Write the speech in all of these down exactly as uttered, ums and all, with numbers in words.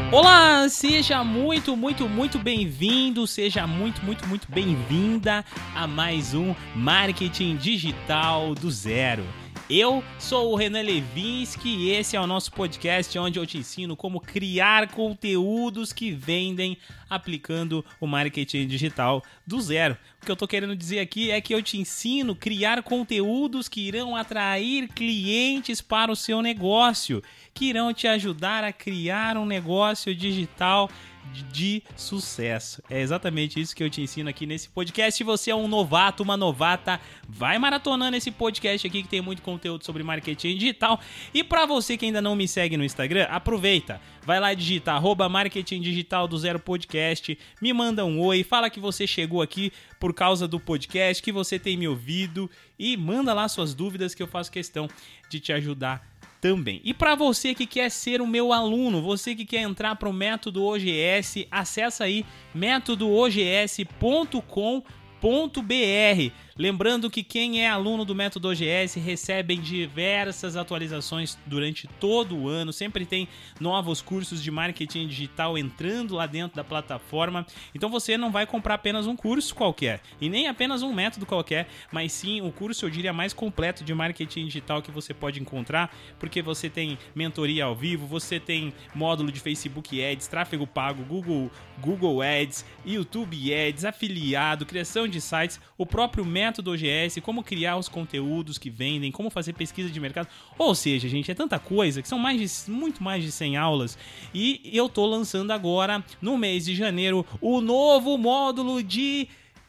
Olá, seja muito, muito, muito bem-vindo, seja muito, muito, muito bem-vinda a mais um Marketing Digital do Zero. Eu sou o Renan Levinsky e esse é o nosso podcast onde eu te ensino como criar conteúdos que vendem aplicando o marketing digital do zero. O que eu tô querendo dizer aqui é que eu te ensino a criar conteúdos que irão atrair clientes para o seu negócio, que irão te ajudar a criar um negócio digital de sucesso. É exatamente isso que eu te ensino aqui nesse podcast. Se você é um novato, uma novata, vai maratonando esse podcast aqui que tem muito conteúdo sobre marketing digital. E para você que ainda não me segue no Instagram, aproveita, vai lá e digita arroba marketing digital do zero podcast, me manda um oi, fala que você chegou aqui por causa do podcast, que você tem me ouvido e manda lá suas dúvidas que eu faço questão de te ajudar também. E para você que quer ser o meu aluno, você que quer entrar para o Método O G S, acessa aí método o g s ponto com ponto b r. Lembrando que quem é aluno do Método O G S recebe diversas atualizações durante todo o ano. Sempre tem novos cursos de marketing digital entrando lá dentro da plataforma. Então você não vai comprar apenas um curso qualquer e nem apenas um método qualquer, mas sim o curso, eu diria, mais completo de marketing digital que você pode encontrar, porque você tem mentoria ao vivo, você tem módulo de Facebook Ads, tráfego pago, Google, Google Ads, YouTube Ads, afiliado, criação de sites, o próprio método Método O G S, como criar os conteúdos que vendem, como fazer pesquisa de mercado. Ou seja, gente, é tanta coisa que são mais de, muito mais de cem aulas. E eu tô lançando agora, no mês de janeiro, o novo módulo de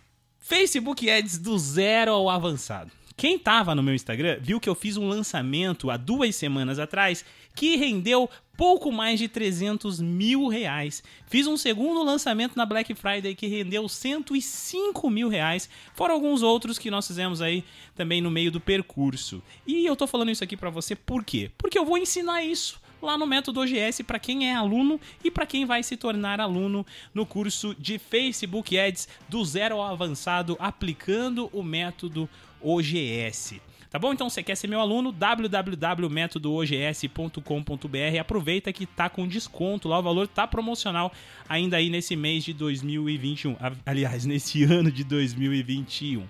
Facebook Ads do zero ao avançado. Quem tava no meu Instagram viu que eu fiz um lançamento há duas semanas atrás que rendeu pouco mais de trezentos mil reais. Fiz um segundo lançamento na Black Friday que rendeu cento e cinco mil reais, fora alguns outros que nós fizemos aí também no meio do percurso. E eu tô falando isso aqui pra você por quê? Porque eu vou ensinar isso lá no Método O G S para quem é aluno e para quem vai se tornar aluno no curso de Facebook Ads do zero ao avançado, aplicando o Método O G S. Tá bom? Então, você quer ser meu aluno? w w w ponto método o g s ponto com ponto b r. Aproveita que tá com desconto lá, o valor tá promocional ainda aí nesse mês de dois mil e vinte e um. Aliás, nesse ano de dois mil e vinte e um.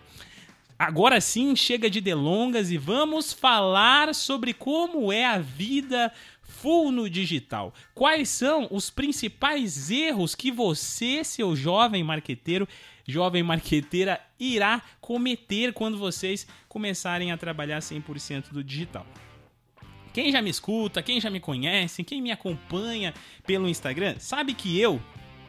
Agora sim, chega de delongas e vamos falar sobre como é a vida full no digital. Quais são os principais erros que você, seu jovem marqueteiro, jovem marqueteira, irá cometer quando vocês começarem a trabalhar cem por cento do digital? Quem já me escuta, quem já me conhece, quem me acompanha pelo Instagram, sabe que eu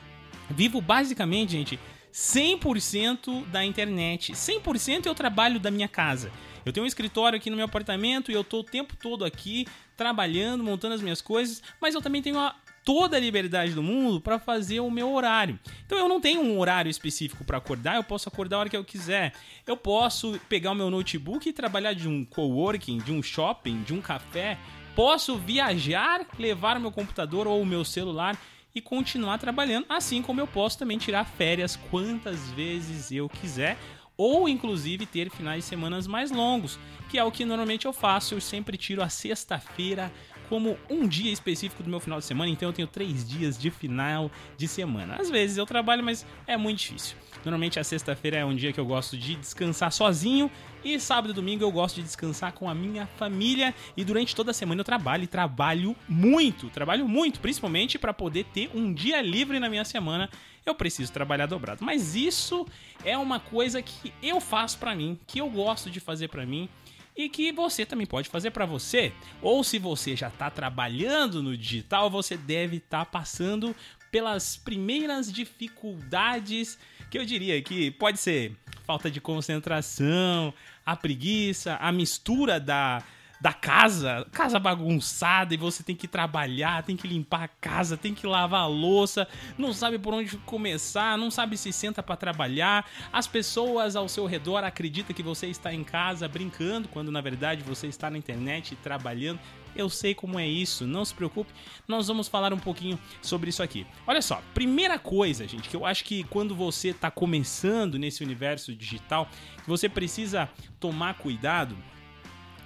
vivo basicamente, gente, cem por cento da internet. cem por cento eu trabalho da minha casa. Eu tenho um escritório aqui no meu apartamento e eu tô o tempo todo aqui trabalhando, montando as minhas coisas, mas eu também tenho a, toda a liberdade do mundo para fazer o meu horário. Então eu não tenho um horário específico para acordar, eu posso acordar a hora que eu quiser. Eu posso pegar o meu notebook e trabalhar de um coworking, de um shopping, de um café. Posso viajar, levar o meu computador ou o meu celular e continuar trabalhando, assim como eu posso também tirar férias quantas vezes eu quiser, ou inclusive ter finais de semanas mais longos, que é o que normalmente eu faço. Eu sempre tiro a sexta-feira como um dia específico do meu final de semana, então eu tenho três dias de final de semana. Às vezes eu trabalho, mas é muito difícil. Normalmente a sexta-feira é um dia que eu gosto de descansar sozinho e sábado e domingo eu gosto de descansar com a minha família, e durante toda a semana eu trabalho e trabalho muito, trabalho muito, principalmente para poder ter um dia livre na minha semana. Eu preciso trabalhar dobrado, mas isso é uma coisa que eu faço para mim, que eu gosto de fazer para mim e que você também pode fazer para você. Ou se você já está trabalhando no digital, você deve estar tá passando pelas primeiras dificuldades, que eu diria que pode ser falta de concentração, a preguiça, a mistura da, da casa, casa bagunçada, e você tem que trabalhar, tem que limpar a casa, tem que lavar a louça, não sabe por onde começar, não sabe se senta para trabalhar, as pessoas ao seu redor acreditam que você está em casa brincando, quando na verdade você está na internet trabalhando. Eu sei como é isso, não se preocupe, nós vamos falar um pouquinho sobre isso aqui. Olha só, primeira coisa, gente, que eu acho que quando você está começando nesse universo digital, você precisa tomar cuidado,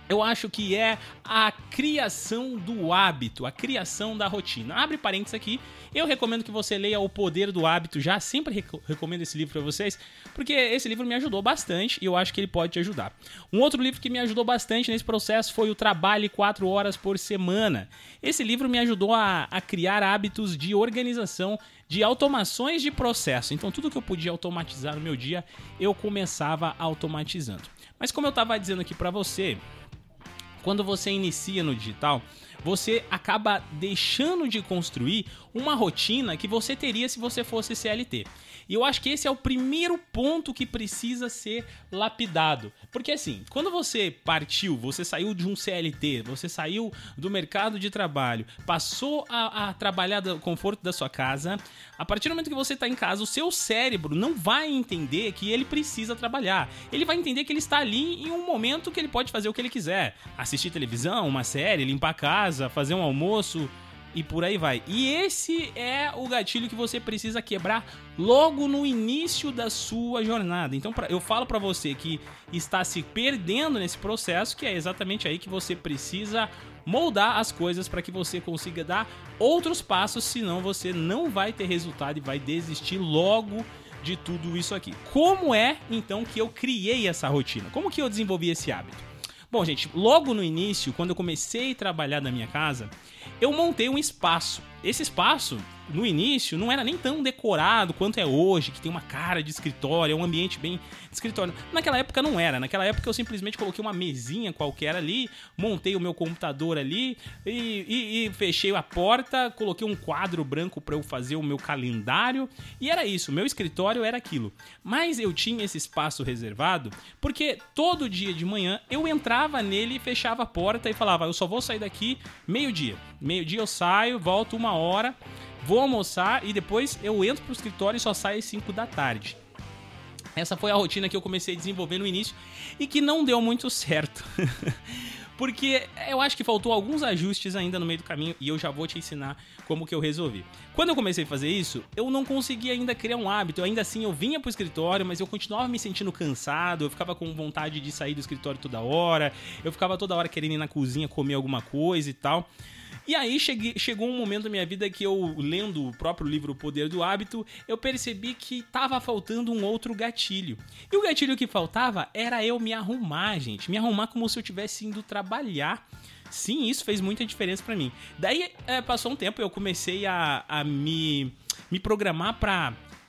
eu acho que é a criação do hábito, a criação da rotina. Abre parênteses aqui, eu recomendo que você leia O Poder do Hábito, já sempre rec- recomendo esse livro para vocês, porque esse livro me ajudou bastante e eu acho que ele pode te ajudar. Um outro livro que me ajudou bastante nesse processo foi o Trabalhe quatro horas por semana. Esse livro me ajudou a, a criar hábitos de organização, de automações de processo. Então tudo que eu podia automatizar no meu dia, eu começava automatizando. Mas como eu estava dizendo aqui para você, quando você inicia no digital, você acaba deixando de construir uma rotina que você teria se você fosse C L T. E eu acho que esse é o primeiro ponto que precisa ser lapidado. Porque assim, quando você partiu, você saiu de um C L T, você saiu do mercado de trabalho, passou a, a trabalhar do conforto da sua casa, a partir do momento que você está em casa, o seu cérebro não vai entender que ele precisa trabalhar. Ele vai entender que ele está ali em um momento que ele pode fazer o que ele quiser. Assistir televisão, uma série, limpar a casa, fazer um almoço e por aí vai. E esse é o gatilho que você precisa quebrar logo no início da sua jornada. Então pra, eu falo pra você que está se perdendo nesse processo, que é exatamente aí que você precisa moldar as coisas para que você consiga dar outros passos, senão você não vai ter resultado e vai desistir logo de tudo isso aqui. Como é então que eu criei essa rotina? Como que eu desenvolvi esse hábito? Bom, gente, logo no início, quando eu comecei a trabalhar na minha casa, eu montei um espaço. Esse espaço, no início, não era nem tão decorado quanto é hoje, que tem uma cara de escritório, é um ambiente bem de escritório. Naquela época não era. Naquela época eu simplesmente coloquei uma mesinha qualquer ali, montei o meu computador ali e, e, e fechei a porta, coloquei um quadro branco para eu fazer o meu calendário e era isso. O meu escritório era aquilo. Mas eu tinha esse espaço reservado porque todo dia de manhã eu entrava nele e fechava a porta e falava, eu só vou sair daqui meio-dia. Meio-dia eu saio, volto uma hora, vou almoçar e depois eu entro pro escritório e só saio às cinco da tarde. Essa foi a rotina que eu comecei a desenvolver no início e que não deu muito certo. Porque eu acho que faltou alguns ajustes ainda no meio do caminho e eu já vou te ensinar como que eu resolvi. Quando eu comecei a fazer isso, eu não conseguia ainda criar um hábito. Ainda assim, eu vinha pro escritório, mas eu continuava me sentindo cansado, eu ficava com vontade de sair do escritório toda hora, eu ficava toda hora querendo ir na cozinha comer alguma coisa e tal. E aí cheguei, chegou um momento da minha vida que eu, lendo o próprio livro O Poder do Hábito, eu percebi que tava faltando um outro gatilho. E o gatilho que faltava era eu me arrumar, gente. Me arrumar como se eu tivesse indo trabalhar. Sim, isso fez muita diferença pra mim. Daí, é, passou um tempo, eu comecei a, a me, me programar pra...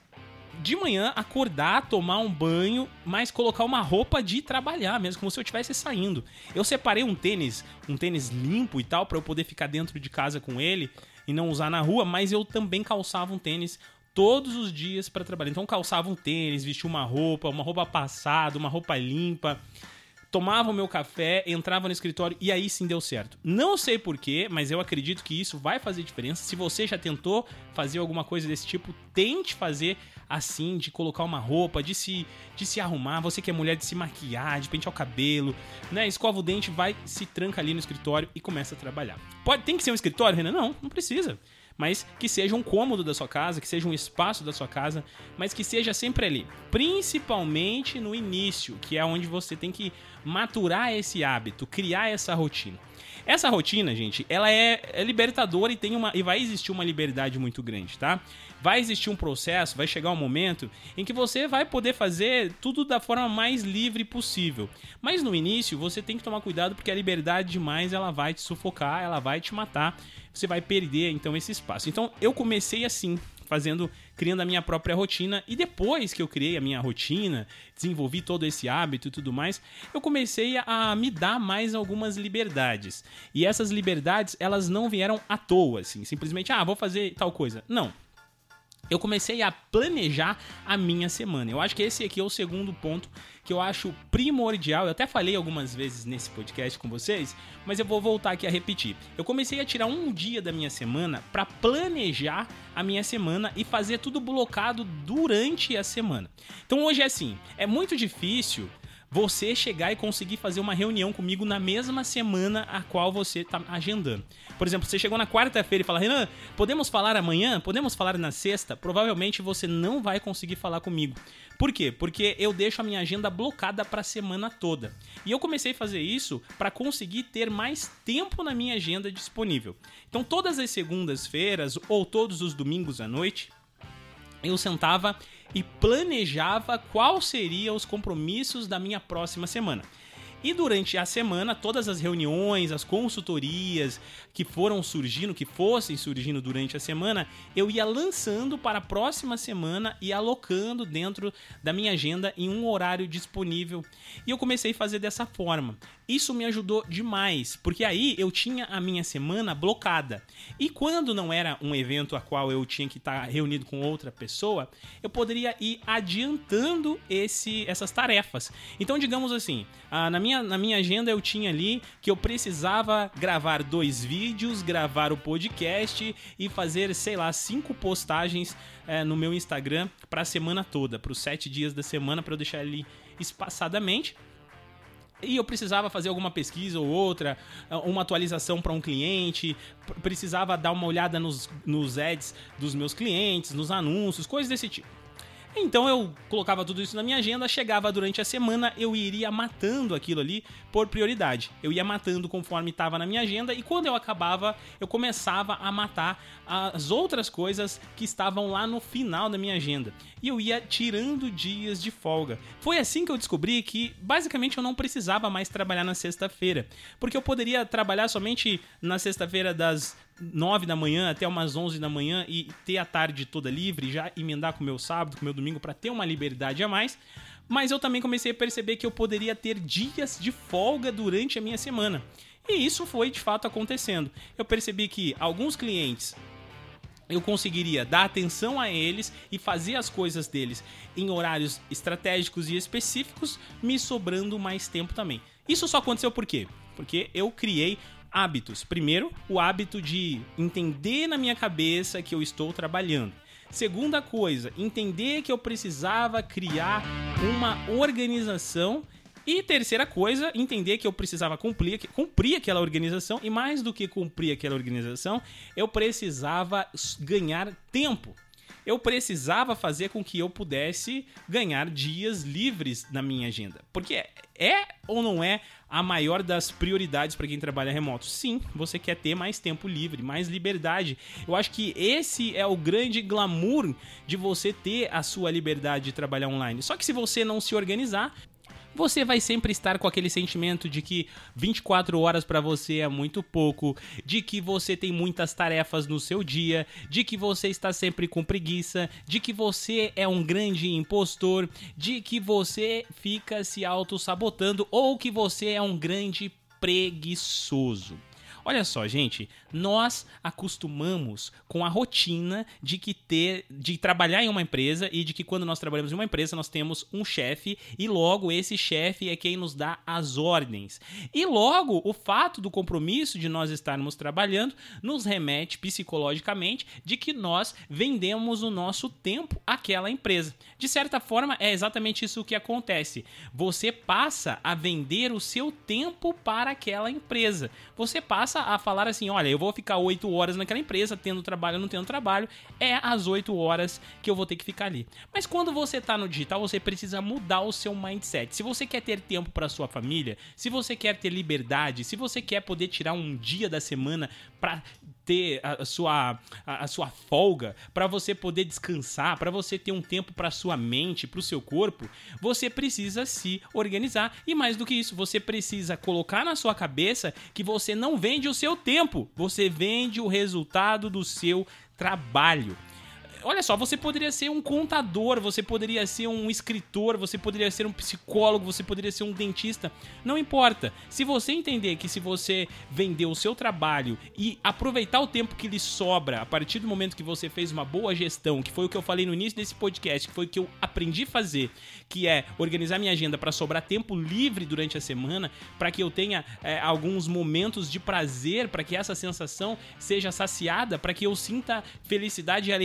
de manhã, acordar, tomar um banho, mas colocar uma roupa de trabalhar mesmo, como se eu estivesse saindo. Eu separei um tênis, um tênis limpo e tal, pra eu poder ficar dentro de casa com ele e não usar na rua, mas eu também calçava um tênis todos os dias pra trabalhar. Então eu calçava um tênis, vestia uma roupa, uma roupa passada, uma roupa limpa, tomava o meu café, entrava no escritório e aí sim deu certo. Não sei porquê, mas eu acredito que isso vai fazer diferença. Se você já tentou fazer alguma coisa desse tipo, tente fazer assim, de colocar uma roupa, de se, de se arrumar. Você que é mulher, de se maquiar, de pentear o cabelo, né? Escova o dente, vai, se tranca ali no escritório e começa a trabalhar. Pode, tem que ser um escritório, Renan? Não, não precisa. Mas que seja um cômodo da sua casa, que seja um espaço da sua casa, mas que seja sempre ali. Principalmente no início, que é onde você tem que maturar esse hábito, criar essa rotina. Essa rotina, gente, ela é, é libertadora e, tem uma, e vai existir uma liberdade muito grande, tá? Vai existir um processo, vai chegar um momento em que você vai poder fazer tudo da forma mais livre possível. Mas no início, você tem que tomar cuidado porque a liberdade demais, ela vai te sufocar, ela vai te matar. Você vai perder, então, esse espaço. Então, eu comecei assim, fazendo, criando a minha própria rotina. E depois que eu criei a minha rotina, desenvolvi todo esse hábito e tudo mais, eu comecei a me dar mais algumas liberdades. E essas liberdades, elas não vieram à toa, assim. Simplesmente, ah, vou fazer tal coisa. Não. Eu comecei a planejar a minha semana. Eu acho que esse aqui é o segundo ponto que eu acho primordial. Eu até falei algumas vezes nesse podcast com vocês, mas eu vou voltar aqui a repetir. Eu comecei a tirar um dia da minha semana para planejar a minha semana e fazer tudo blocado durante a semana. Então hoje é assim, é muito difícil você chegar e conseguir fazer uma reunião comigo na mesma semana a qual você está agendando. Por exemplo, você chegou na quarta-feira e fala, Renan, podemos falar amanhã? Podemos falar na sexta? Provavelmente você não vai conseguir falar comigo. Por quê? Porque eu deixo a minha agenda blocada para a semana toda. E eu comecei a fazer isso para conseguir ter mais tempo na minha agenda disponível. Então, todas as segundas-feiras ou todos os domingos à noite, eu sentava e planejava quais seriam os compromissos da minha próxima semana. E durante a semana, todas as reuniões, as consultorias que foram surgindo, que fossem surgindo durante a semana, eu ia lançando para a próxima semana e alocando dentro da minha agenda em um horário disponível. E eu comecei a fazer dessa forma. Isso me ajudou demais, porque aí eu tinha a minha semana blocada. E quando não era um evento a qual eu tinha que estar reunido com outra pessoa, eu poderia ir adiantando esse, essas tarefas. Então, digamos assim, na minha, na minha agenda eu tinha ali que eu precisava gravar dois vídeos, gravar o podcast e fazer, sei lá, cinco postagens é, no meu Instagram para a semana toda, para os sete dias da semana, para eu deixar ali espaçadamente. E eu precisava fazer alguma pesquisa ou outra, uma atualização para um cliente, precisava dar uma olhada nos, nos ads dos meus clientes, nos anúncios, coisas desse tipo. Então eu colocava tudo isso na minha agenda, chegava durante a semana, eu iria matando aquilo ali por prioridade. Eu ia matando conforme estava na minha agenda e quando eu acabava, eu começava a matar as outras coisas que estavam lá no final da minha agenda. E eu ia tirando dias de folga. Foi assim que eu descobri que basicamente eu não precisava mais trabalhar na sexta-feira, porque eu poderia trabalhar somente na sexta-feira das nove da manhã até umas onze da manhã e ter a tarde toda livre, já emendar com o meu sábado, com o meu domingo para ter uma liberdade a mais. Mas eu também comecei a perceber que eu poderia ter dias de folga durante a minha semana. E isso foi de fato acontecendo. Eu percebi que alguns clientes eu conseguiria dar atenção a eles e fazer as coisas deles em horários estratégicos e específicos, me sobrando mais tempo também. Isso só aconteceu por quê? Porque eu criei hábitos. Primeiro, o hábito de entender na minha cabeça que eu estou trabalhando. Segunda coisa, entender que eu precisava criar uma organização. E terceira coisa, entender que eu precisava cumprir, cumprir aquela organização. E mais do que cumprir aquela organização, eu precisava ganhar tempo. Eu precisava fazer com que eu pudesse ganhar dias livres na minha agenda. Porque é, é ou não é a maior das prioridades para quem trabalha remoto? Sim, você quer ter mais tempo livre, mais liberdade. Eu acho que esse é o grande glamour de você ter a sua liberdade de trabalhar online. Só que se você não se organizar, você vai sempre estar com aquele sentimento de que vinte e quatro horas para você é muito pouco, de que você tem muitas tarefas no seu dia, de que você está sempre com preguiça, de que você é um grande impostor, de que você fica se auto-sabotando ou que você é um grande preguiçoso. Olha só, gente, nós acostumamos com a rotina de que ter, de trabalhar em uma empresa e de que quando nós trabalhamos em uma empresa nós temos um chefe e logo esse chefe é quem nos dá as ordens. E logo o fato do compromisso de nós estarmos trabalhando nos remete psicologicamente de que nós vendemos o nosso tempo àquela empresa. De certa forma é exatamente isso que acontece. Você passa a vender o seu tempo para aquela empresa. Você passa a falar assim, olha, eu vou ficar oito horas naquela empresa, tendo trabalho ou não tendo trabalho, é as oito horas que eu vou ter que ficar ali. Mas quando você está no digital, você precisa mudar o seu mindset. Se você quer ter tempo para sua família, se você quer ter liberdade, se você quer poder tirar um dia da semana para ter a sua, a, a sua folga, para você poder descansar, para você ter um tempo para sua mente, para o seu corpo, você precisa se organizar. E mais do que isso, você precisa colocar na sua cabeça que você não vende o seu tempo, você vende o resultado do seu trabalho. Olha só, você poderia ser um contador, você poderia ser um escritor, você poderia ser um psicólogo, você poderia ser um dentista, não importa. Se você entender que se você vender o seu trabalho e aproveitar o tempo que lhe sobra a partir do momento que você fez uma boa gestão, que foi o que eu falei no início desse podcast, que foi o que eu aprendi a fazer, que é organizar minha agenda para sobrar tempo livre durante a semana, para que eu tenha é, alguns momentos de prazer, para que essa sensação seja saciada, para que eu sinta felicidade e alegria de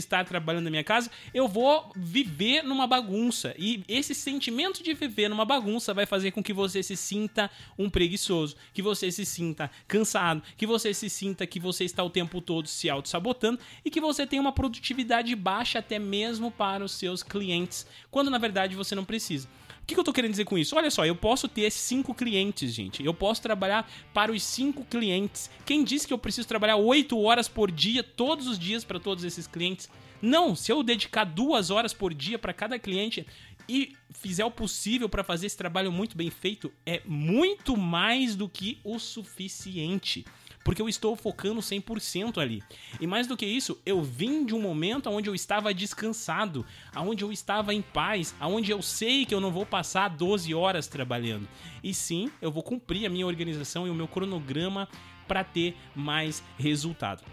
estar trabalhando na minha casa, eu vou viver numa bagunça. E esse sentimento de viver numa bagunça vai fazer com que você se sinta um preguiçoso, que você se sinta cansado, que você se sinta que você está o tempo todo se auto-sabotando e que você tem uma produtividade baixa até mesmo para os seus clientes, quando na verdade você não precisa. O que eu tô querendo dizer com isso? Olha só, eu posso ter cinco clientes, gente. Eu posso trabalhar para os cinco clientes. Quem disse que eu preciso trabalhar oito horas por dia, todos os dias, para todos esses clientes? Não, se eu dedicar duas horas por dia para cada cliente e fizer o possível para fazer esse trabalho muito bem feito, é muito mais do que o suficiente. Porque eu estou focando cem por cento ali. E mais do que isso, eu vim de um momento onde eu estava descansado, onde eu estava em paz, onde eu sei que eu não vou passar doze horas trabalhando. E sim, eu vou cumprir a minha organização e o meu cronograma para ter mais resultado.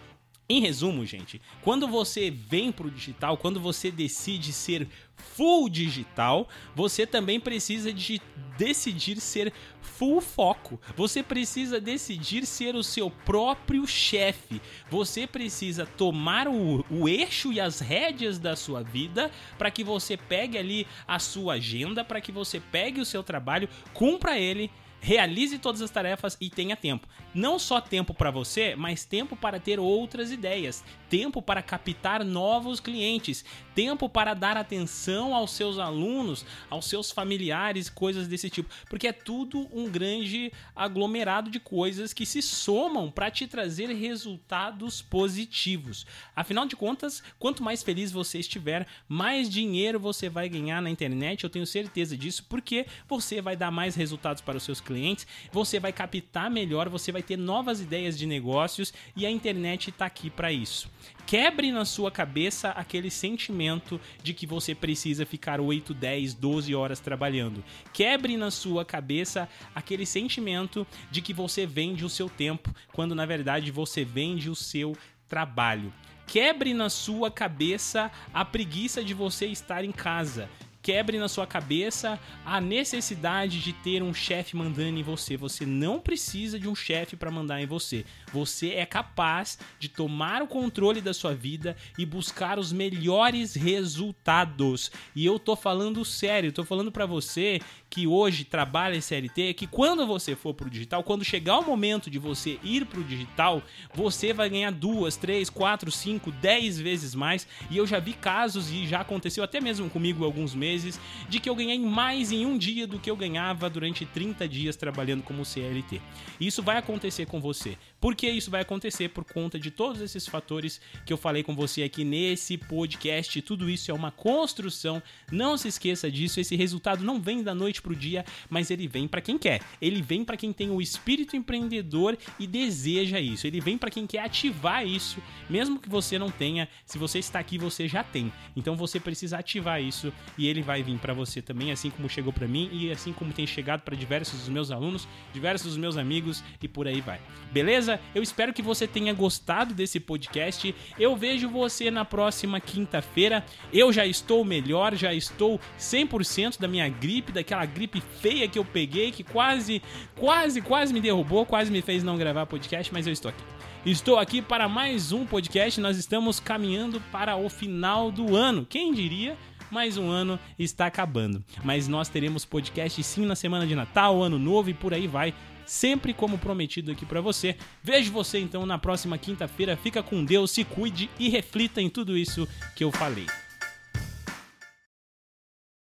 Em resumo, gente, quando você vem para o digital, quando você decide ser full digital, você também precisa de decidir ser full foco. Você precisa decidir ser o seu próprio chefe. Você precisa tomar o, o eixo e as rédeas da sua vida para que você pegue ali a sua agenda, para que você pegue o seu trabalho, cumpra ele, realize todas as tarefas e tenha tempo. Não só tempo para você, mas tempo para ter outras ideias, tempo para captar novos clientes, tempo para dar atenção aos seus alunos, aos seus familiares, coisas desse tipo. Porque é tudo um grande aglomerado de coisas que se somam para te trazer resultados positivos. Afinal de contas, quanto mais feliz você estiver, mais dinheiro você vai ganhar na internet. Eu tenho certeza disso, porque você vai dar mais resultados para os seus clientes, você vai captar melhor, você vai ter novas ideias de negócios e a internet está aqui para isso. Quebre na sua cabeça aquele sentimento de que você precisa ficar oito, dez, doze horas trabalhando. Quebre na sua cabeça aquele sentimento de que você vende o seu tempo, quando na verdade você vende o seu trabalho. Quebre na sua cabeça a preguiça de você estar em casa. Quebre na sua cabeça a necessidade de ter um chefe mandando em você. Você não precisa de um chefe para mandar em você. Você é capaz de tomar o controle da sua vida e buscar os melhores resultados. E eu tô falando sério, tô falando para você que hoje trabalha em C L T, que quando você for pro digital, quando chegar o momento de você ir pro digital, você vai ganhar duas, três, quatro, cinco, dez vezes mais. E eu já vi casos, e já aconteceu até mesmo comigo alguns meses, de que eu ganhei mais em um dia do que eu ganhava durante trinta dias trabalhando como C L T. Isso vai acontecer com você. Por que isso vai acontecer? Por conta de todos esses fatores que eu falei com você aqui nesse podcast. Tudo isso é uma construção. Não se esqueça disso. Esse resultado não vem da noite pro dia, mas ele vem para quem quer. Ele vem para quem tem o espírito empreendedor e deseja isso. Ele vem para quem quer ativar isso, mesmo que você não tenha. Se você está aqui, você já tem. Então você precisa ativar isso e ele vai vir para você também, assim como chegou para mim e assim como tem chegado para diversos dos meus alunos, diversos dos meus amigos e por aí vai. Beleza? Eu espero que você tenha gostado desse podcast. Eu vejo você na próxima quinta-feira. Eu já estou melhor, já estou cem por cento da minha gripe, daquela gripe feia que eu peguei, que quase, quase, quase me derrubou, quase me fez não gravar podcast, mas eu estou aqui. Estou aqui para mais um podcast. Nós estamos caminhando para o final do ano. Quem diria? Mais um ano está acabando. Mas nós teremos podcast sim na semana de Natal, Ano Novo e por aí vai. Sempre como prometido aqui para você. Vejo você então na próxima quinta-feira. Fica com Deus, se cuide e reflita em tudo isso que eu falei.